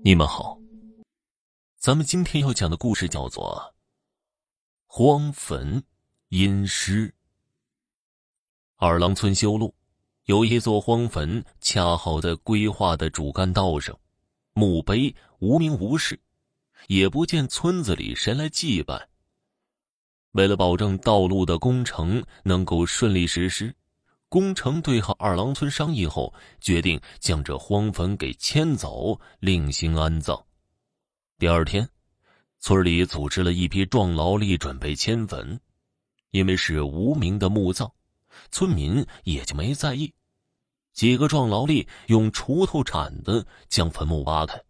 你们好，咱们今天要讲的故事叫做荒坟阴尸。二郎村修路有一座荒坟，恰好在规划的主干道上，墓碑无名无事，也不见村子里谁来祭拜。为了保证道路的工程能够顺利实施，工程队和二郎村商议后，决定将这荒坟给迁走，另行安葬。第二天，村里组织了一批壮劳力准备迁坟，因为是无名的墓葬，村民也就没在意。几个壮劳力用锄头铲子将坟墓挖开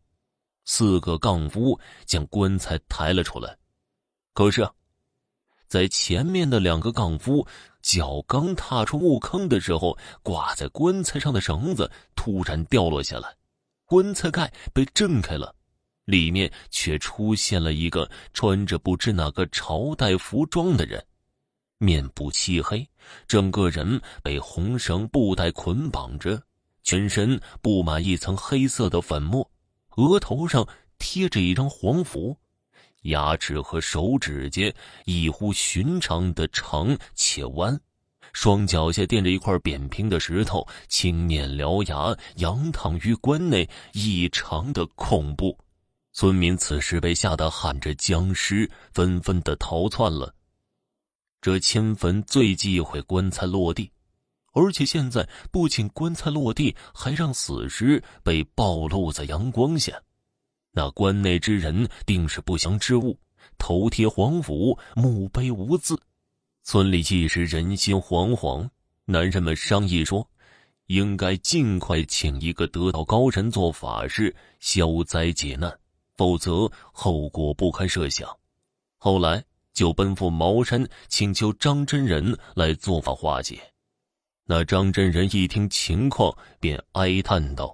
，4个杠夫将棺材抬了出来。可是在前面的2个杠夫脚刚踏出墓坑的时候，挂在棺材上的绳子突然掉落下来，棺材盖被震开了，里面却出现了一个穿着不知哪个朝代服装的人，面部漆黑，整个人被红绳布带捆绑着，全身布满一层黑色的粉末，额头上贴着一张黄符，牙齿和手指甲异乎寻常的长且弯，双脚下垫着一块扁平的石头，青面獠牙，仰躺于棺内，异常的恐怖。村民此时被吓得喊着僵尸，纷纷的逃窜了。这迁坟最忌讳棺材落地，而且现在不仅棺材落地，还让死尸被暴露在阳光下。那棺内之人定是不祥之物，头贴黄符，墓碑无字。村里一时人心惶惶，男人们商议说，应该尽快请一个得道高人做法事，消灾解难，否则后果不堪设想。后来就奔赴茅山，请求张真人来做法化解。那张真人一听情况，便哀叹道：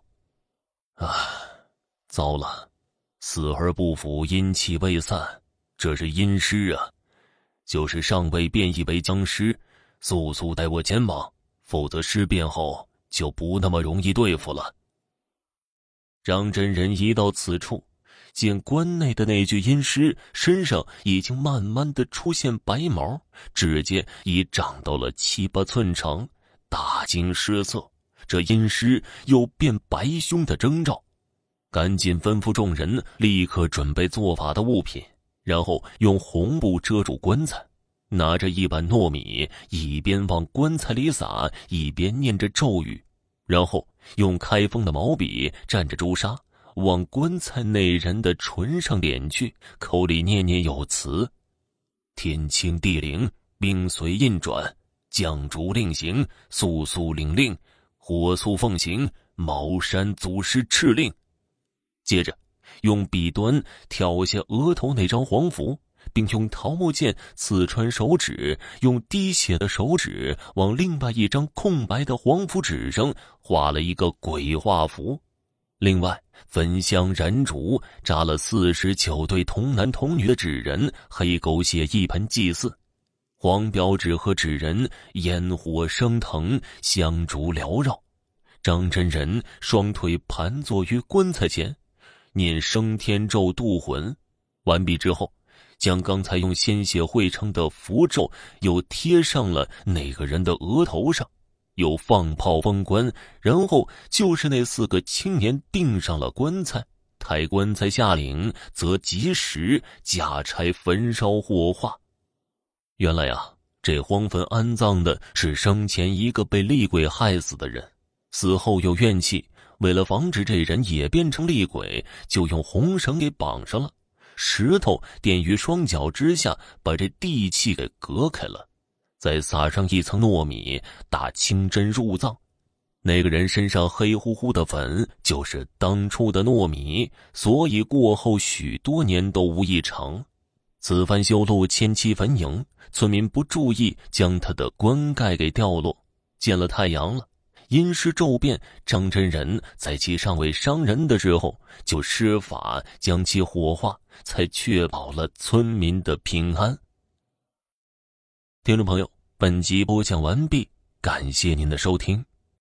糟了，死而不腐，阴气未散，这是阴尸啊！就是尚未变异为僵尸，速速带我前往，否则尸变后就不那么容易对付了。张真人一到此处，见棺内的那具阴尸身上已经慢慢的出现白毛，指甲已长到了7、8寸长，大惊失色，这阴尸有变白凶的征兆。赶紧吩咐众人立刻准备做法的物品，然后用红布遮住棺材，拿着一板糯米，一边往棺材里撒，一边念着咒语，然后用开封的毛笔蘸着朱砂往棺材内人的唇上点去，口里念念有词：天清地灵，兵随印转，将逐令行，速速领令，火速奉行，茅山祖师敕令。接着用笔端挑下额头那张黄符，并用桃木剑刺穿手指，用滴血的手指往另外一张空白的黄符纸上画了一个鬼画符。另外焚香燃烛，扎了49对童男童女的纸人，黑狗血一盆祭祀。黄标纸和纸人烟火升腾，香烛缭绕。张真人双腿盘坐于棺材前，念升天咒渡魂，完毕之后，将刚才用鲜血绘成的符咒又贴上了那个人的额头上，又放炮封棺，然后就是那4个青年钉上了棺材，抬棺材下岭，则及时加柴焚烧火化。原来这荒坟安葬的是生前一个被厉鬼害死的人，死后有怨气，为了防止这人也变成厉鬼，就用红绳给绑上了，石头垫于双脚之下，把这地气给隔开了，再撒上一层糯米，打清真入葬。那个人身上黑乎乎的粉，就是当初的糯米，所以过后许多年都无异常。此番修路迁期坟茔，村民不注意，将他的棺盖给掉落，见了太阳了。阴尸骤变，张真人在其尚未伤人的时候就施法将其火化，才确保了村民的平安。听众朋友，本集播讲完毕，感谢您的收听。